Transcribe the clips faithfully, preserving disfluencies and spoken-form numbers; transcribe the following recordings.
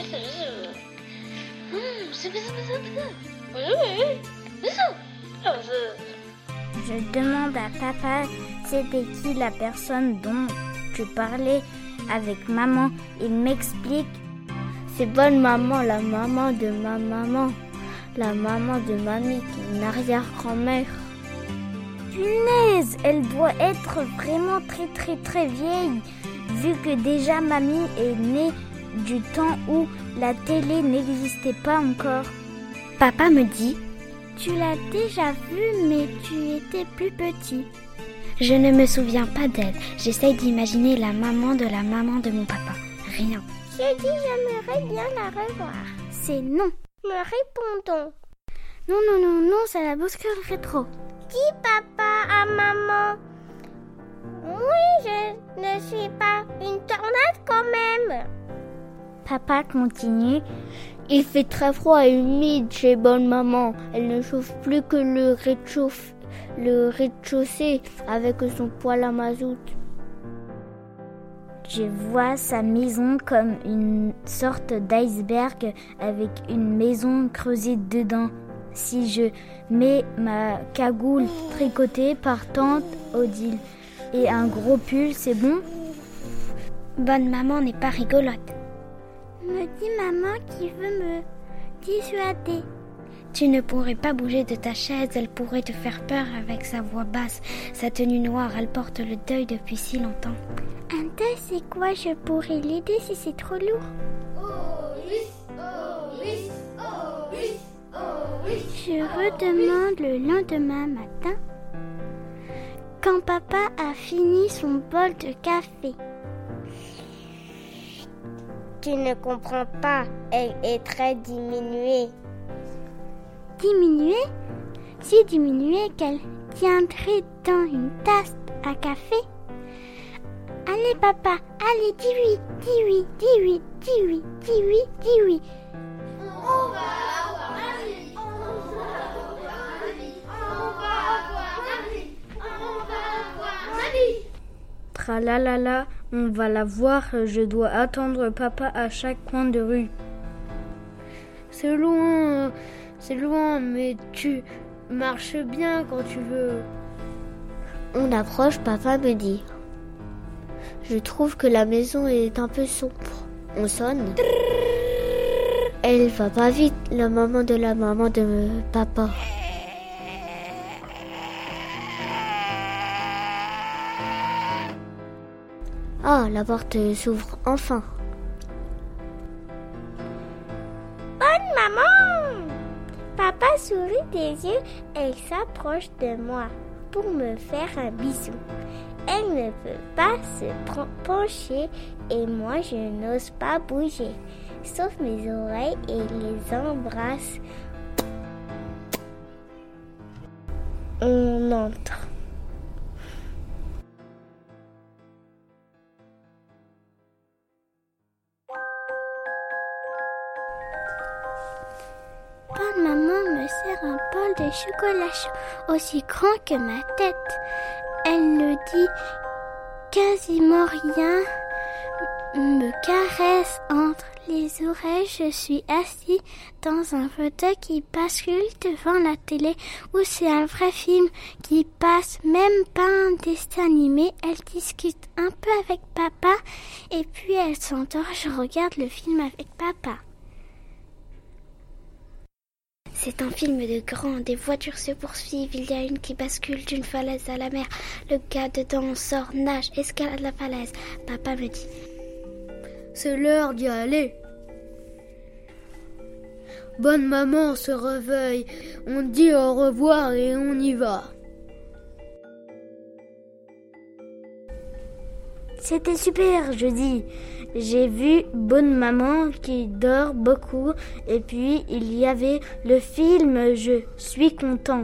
Je demande à papa c'était qui la personne dont tu parlais avec maman. Il m'explique. C'est bonne maman, la maman de ma maman. La maman de mamie, une arrière-grand-mère. Punaise, elle doit être vraiment très très très vieille, vu que déjà mamie est née du temps où la télé n'existait pas encore. Papa me dit, tu l'as déjà vue mais tu étais plus petit. Je ne me souviens pas d'elle, j'essaye d'imaginer la maman de la maman de mon papa. Rien. J'ai dit j'aimerais bien la revoir. C'est non. Me répondons. Non, non, non, non, ça la bousculerait trop. Dis papa à maman. Oui, je ne suis pas une tornade quand même. Papa continue. Il fait très froid et humide chez bonne maman. Elle ne chauffe plus que le rez-de-chaussée, le rez-de-chaussée avec son poêle à mazout. Je vois sa maison comme une sorte d'iceberg avec une maison creusée dedans. Si je mets ma cagoule tricotée par tante Odile et un gros pull, c'est bon? Bonne maman n'est pas rigolote. Me dit maman qui veut me dissuader. Tu ne pourrais pas bouger de ta chaise, elle pourrait te faire peur avec sa voix basse. Sa tenue noire, elle porte le deuil depuis si longtemps. Un deuil, c'est quoi? Je pourrais l'aider si c'est trop lourd. Oh oui, oh oui, oh oui, oh oui. Je redemande le lendemain matin, quand papa a fini son bol de café. Tu ne comprends pas, elle est très diminuée. Diminuée? Si diminuée, qu'elle tiendrait dans une tasse à café. Allez papa, allez, dis oui, dis oui, dis oui, dis oui, dis oui, dis oui. On va avoir Marie, on va avoir Marie, on va avoir Marie, on va avoir Marie. Tralalala, on va la voir, je dois attendre papa à chaque coin de rue. C'est loin, c'est loin, mais tu marches bien quand tu veux. On approche, papa me dit. Je trouve que la maison est un peu sombre. On sonne. Elle va pas vite, la maman de la maman de papa. Ah, la porte s'ouvre enfin. Bonne maman! Papa sourit des yeux et s'approche de moi pour me faire un bisou. Elle ne peut pas se pencher et moi je n'ose pas bouger, sauf mes oreilles et les embrasse. On entre. Bonne maman me sert un bol de chocolat chaud aussi grand que ma tête. Elle ne dit quasiment rien, me caresse entre les oreilles. Je suis assis dans un fauteuil qui bascule devant la télé où c'est un vrai film qui passe, même pas un dessin animé. Elle discute un peu avec papa et puis elle s'endort. Je regarde le film avec papa. C'est un film de grand, des voitures se poursuivent, il y a une qui bascule d'une falaise à la mer. Le gars dedans sort, nage, escalade la falaise. Papa me dit, c'est l'heure d'y aller. Bonne maman se réveille, on dit au revoir et on y va. C'était super, je dis. J'ai vu bonne maman qui dort beaucoup et puis il y avait le film Je suis content.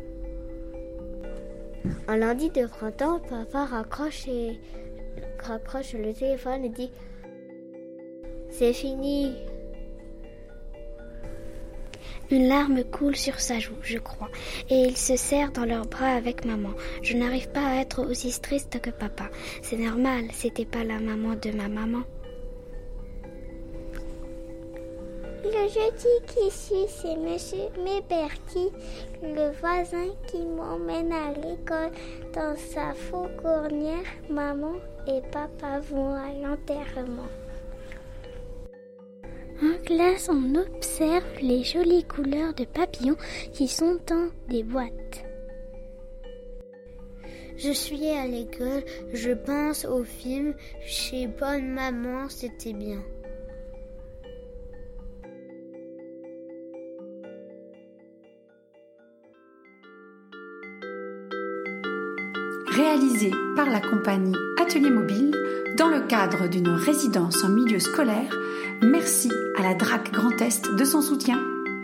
Un lundi de printemps, papa raccroche, et... raccroche le téléphone et dit c'est fini. Une larme coule sur sa joue, je crois, et ils se serrent dans leurs bras avec maman. Je n'arrive pas à être aussi triste que papa. C'est normal, c'était pas la maman de ma maman. Le jeudi qui suit, c'est Monsieur Méberti, le voisin qui m'emmène à l'école dans sa fourgonière. Maman et papa vont à l'enterrement. En classe, on observe les jolies couleurs de papillons qui sont dans des boîtes. Je suis à l'école, je pense au film Chez Bonne Maman, c'était bien. Réalisé par la compagnie Atelier Mobile dans le cadre d'une résidence en milieu scolaire, merci à la D R A C Grand Est de son soutien.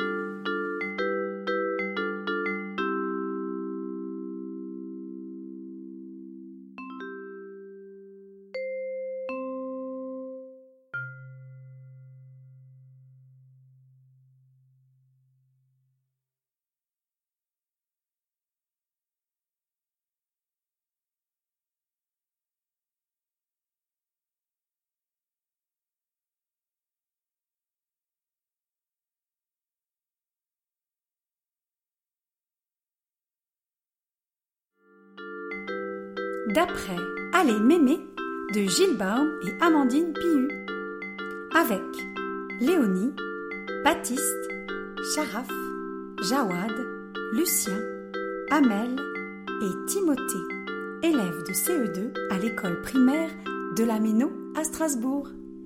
D'après Allez Mémé de Gilles Baum et Amandine Pihu, avec Léonie, Baptiste, Charaf, Jawad, Lucien, Amel et Timothée, élèves de C E deux à l'école primaire de la Méno à Strasbourg.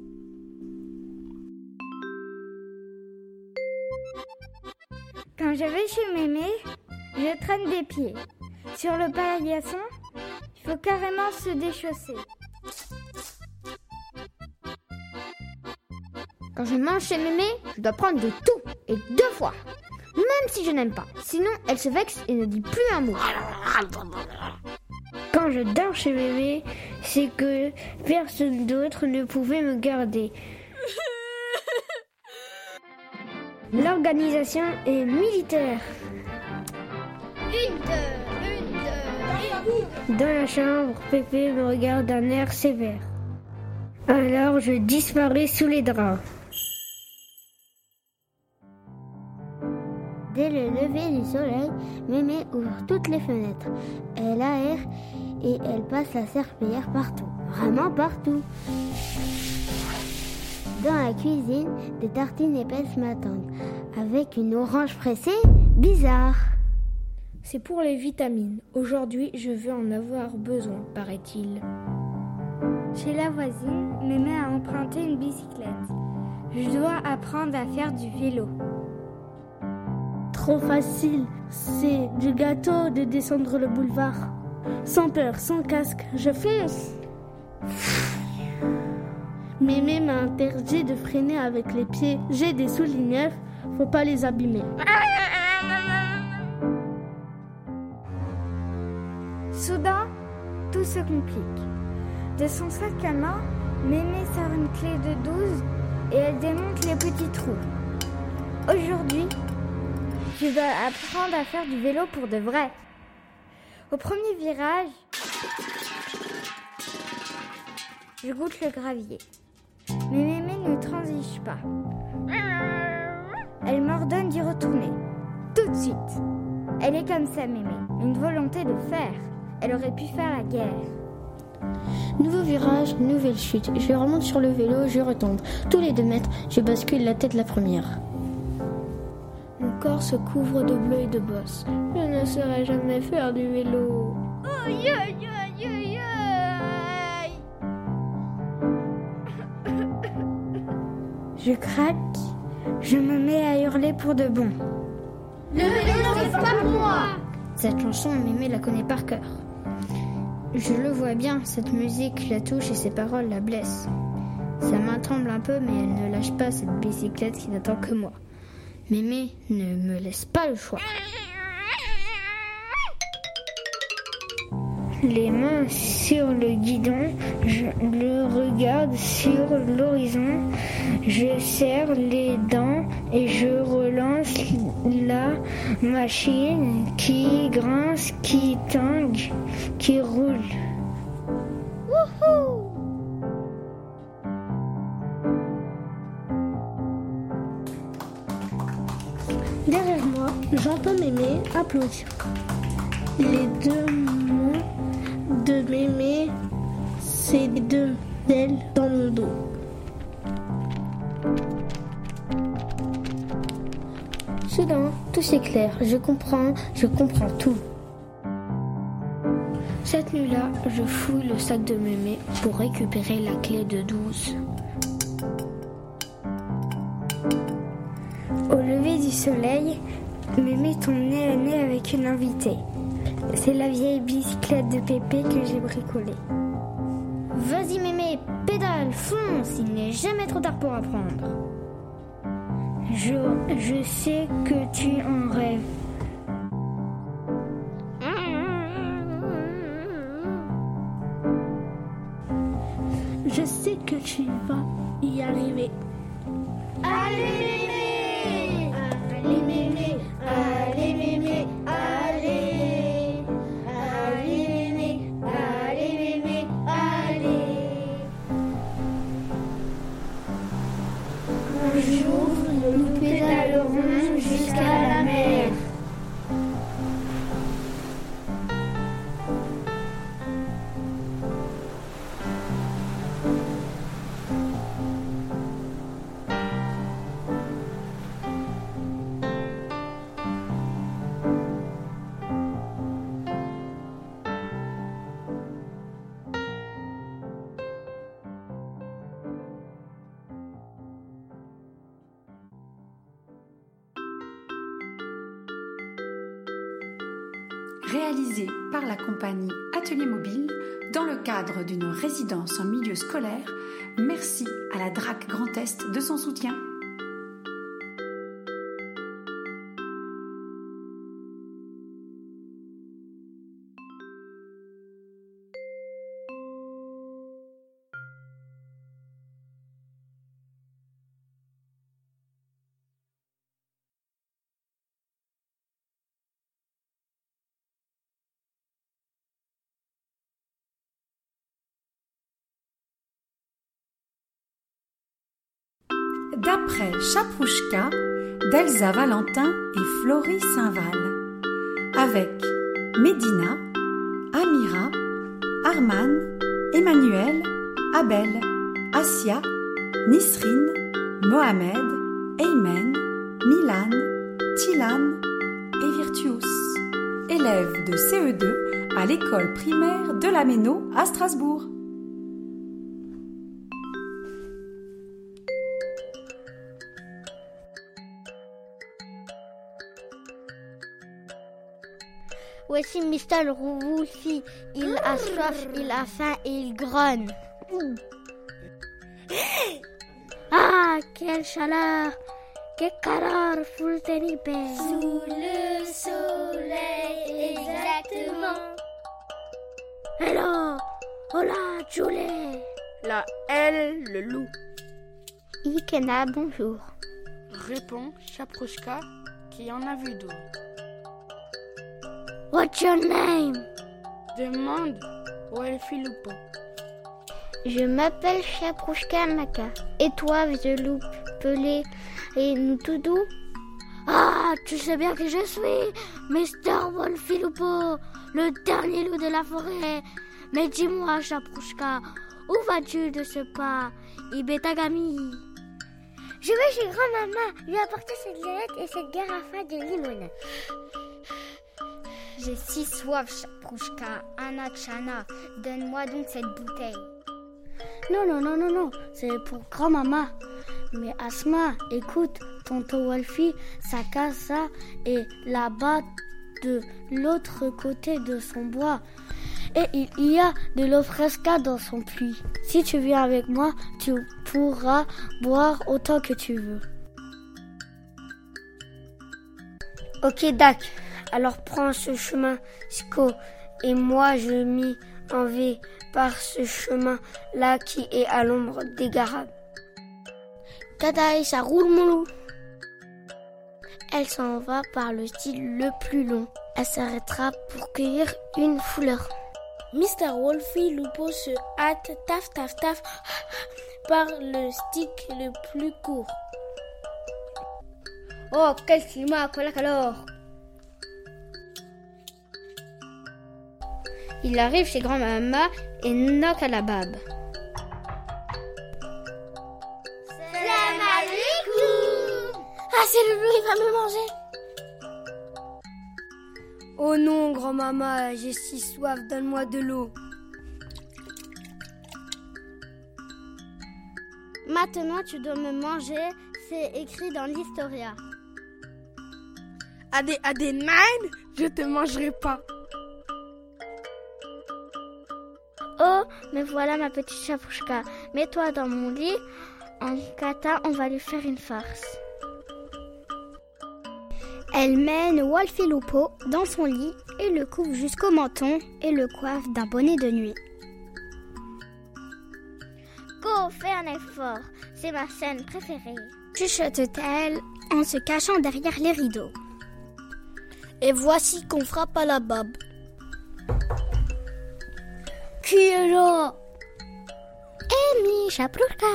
Quand je vais chez Mémé, je traîne des pieds. Sur le paillasson, il faut carrément se déchausser. Quand je mange chez Mémé, je dois prendre de tout et deux fois. Même si je n'aime pas. Sinon, elle se vexe et ne dit plus un mot. Quand je dors chez Mémé, c'est que personne d'autre ne pouvait me garder. L'organisation est militaire. Une, deux, une, deux, une. Dans la chambre, Pépé me regarde d'un air sévère. Alors je disparais sous les draps. Dès le lever du soleil, Mémé ouvre toutes les fenêtres. Elle aère et elle passe la serpillière partout. Vraiment partout. Dans la cuisine, des tartines épaisses m'attendent. Avec une orange pressée, bizarre. C'est pour les vitamines. Aujourd'hui, je vais en avoir besoin, paraît-il. Chez la voisine, Mémé a emprunté une bicyclette. Je dois apprendre à faire du vélo. Trop facile, c'est du gâteau de descendre le boulevard. Sans peur, sans casque, je fonce. Mémé m'a interdit de freiner avec les pieds. J'ai des souliers neufs, faut pas les abîmer. Soudain, tout se complique. De son sac à main, Mémé sort une clé de douze et elle démonte les petits trous. Aujourd'hui, je dois apprendre à faire du vélo pour de vrai. Au premier virage, je goûte le gravier. Mais Mémé ne transige pas. Elle m'ordonne d'y retourner. Tout de suite. Elle est comme ça, Mémé. Une volonté de faire. Elle aurait pu faire la guerre. Nouveau virage, nouvelle chute. Je remonte sur le vélo, je retombe. Tous les deux mètres, je bascule la tête la première. Mon corps se couvre de bleu et de bosses. Je ne saurais jamais faire du vélo. Aïe, aïe, aïe, aïe, aïe. Je craque. Je me mets à hurler pour de bon. Le vélo, c'est pas pour moi. Cette chanson, Mémé la connaît par cœur. Je le vois bien, cette musique la touche et ses paroles la blessent. Sa main tremble un peu, mais elle ne lâche pas cette bicyclette qui n'attend que moi. Mémé ne me laisse pas le choix. Les mains sur le guidon, je le regarde sur l'horizon. Je serre les dents et je relance la machine qui grince, qui tangue, qui roule. Wouhou! J'entends Mémé applaudir. Les deux mains de Mémé, c'est deux ailes dans mon dos. Soudain, tout s'éclaire. Je comprends, je comprends tout. Cette nuit-là, je fouille le sac de Mémé pour récupérer la clé de douze. Au lever du soleil, Mémé tombe nez à nez avec une invitée. C'est la vieille bicyclette de Pépé que j'ai bricolée. Vas-y Mémé, pédale, fonce, il n'est jamais trop tard pour apprendre. Je, je sais que tu en rêves. Je sais que tu vas y arriver. Allez Mémé, allez Mémé, allez Mémé, allez, allez Mémé, allez Mémé, allez. Un jour, nous pédalerons jusqu'à la mer. Réalisé par la compagnie Atelier Mobile dans le cadre d'une résidence en milieu scolaire. Merci à la D R A C Grand Est de son soutien. D'après Chaprouchka d'Elsa Valentin et Florie Saint-Val, avec Médina, Amira, Arman, Emmanuel, Abel, Asia, Nisrine, Mohamed, Eymen, Milan, Tilan et Virtuos, élèves de C E deux à l'école primaire de la Méno à Strasbourg. Voici mister Wolfie, il a soif, il a faim et il grogne. Ah, quelle chaleur! Que calor full terrible! Sous le soleil, exactement. Hello! Hola, Julie! La L, le loup. Ikena, bonjour. Répond Chaprouchka qui en a vu d'autres. What's your name? Demande Wolfie Lupo. Je m'appelle Chaprouchka Maka. Et toi, vieux loup pelé et nous tout doux? Ah, tu sais bien que je suis mister Wolfie Lupo, le dernier loup de la forêt. Mais dis-moi, Chaprouchka, où vas-tu de ce pas, Ibetagami? Je vais chez grand-maman lui apporter cette galette et cette carafe de limonade. J'ai si soif, Chaprouchka, Anachana, donne-moi donc cette bouteille. Non, non, non, non, non, c'est pour grand-maman. Mais Asma, écoute, tonton Wolfie, sa casa est là-bas de l'autre côté de son bois. Et il y a de l'eau fresca dans son puits. Si tu viens avec moi, tu pourras boire autant que tu veux. Ok, Dac. Alors prends ce chemin, Sco, et moi je m'y en vais par ce chemin-là qui est à l'ombre des garages. Tadaï, ça roule mon loup. Elle s'en va par le style le plus long. Elle s'arrêtera pour cueillir une fleur. mister Wolfie Lupo se hâte, taf taf taf, par le stick le plus court. Oh, quel climat, quel calor! Il arrive chez grand-maman et knock à la bab. Salam alaikum. Ah, c'est le loup, il va me manger. Oh non, grand-maman, j'ai si soif, donne-moi de l'eau. Maintenant, tu dois me manger, c'est écrit dans l'Historia. Ade, ade, nine, je te mangerai pas. Oh, mais voilà ma petite Chaprouchka. Mets-toi dans mon lit. En kata, on va lui faire une farce. Elle mène Wolfie Lupo dans son lit et le couvre jusqu'au menton et le coiffe d'un bonnet de nuit. Go, fais un effort. C'est ma scène préférée. Chuchote-t-elle en se cachant derrière les rideaux. Et voici qu'on frappe à la bab. Qui est là? Amy Chaprouchka.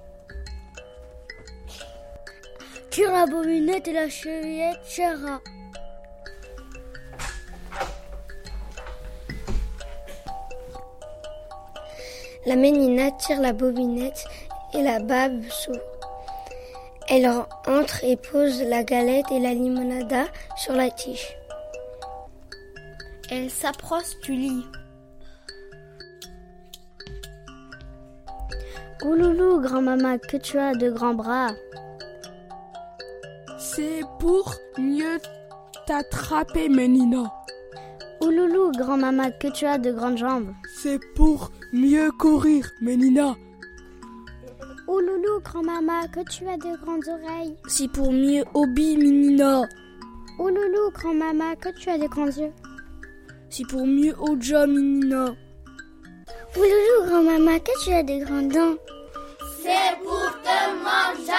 Tire la bobinette et la chevillette, Chara. La ménina tire la bobinette et la bab s'ouvre. Elle entre et pose la galette et la limonada sur la tige. Elle s'approche du lit. Ouloulou, grand-maman, que tu as de grands bras. C'est pour mieux t'attraper, Ménina. Ouloulou, grand-maman, que tu as de grandes jambes. C'est pour mieux courir, Ménina. Ouloulou, grand-maman, que tu as de grandes oreilles. C'est pour mieux hobby, Ménina. Ouloulou, grand-maman, que tu as de grands yeux. C'est pour mieux oja, Ménina. Ouloulou, grand-maman, que tu as de grandes dents. C'est pour te manger.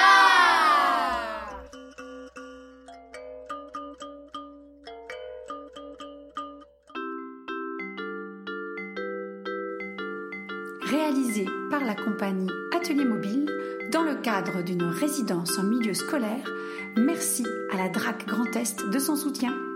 Réalisé par la compagnie Atelier Mobile dans le cadre d'une résidence en milieu scolaire, merci à la D R A C Grand Est de son soutien.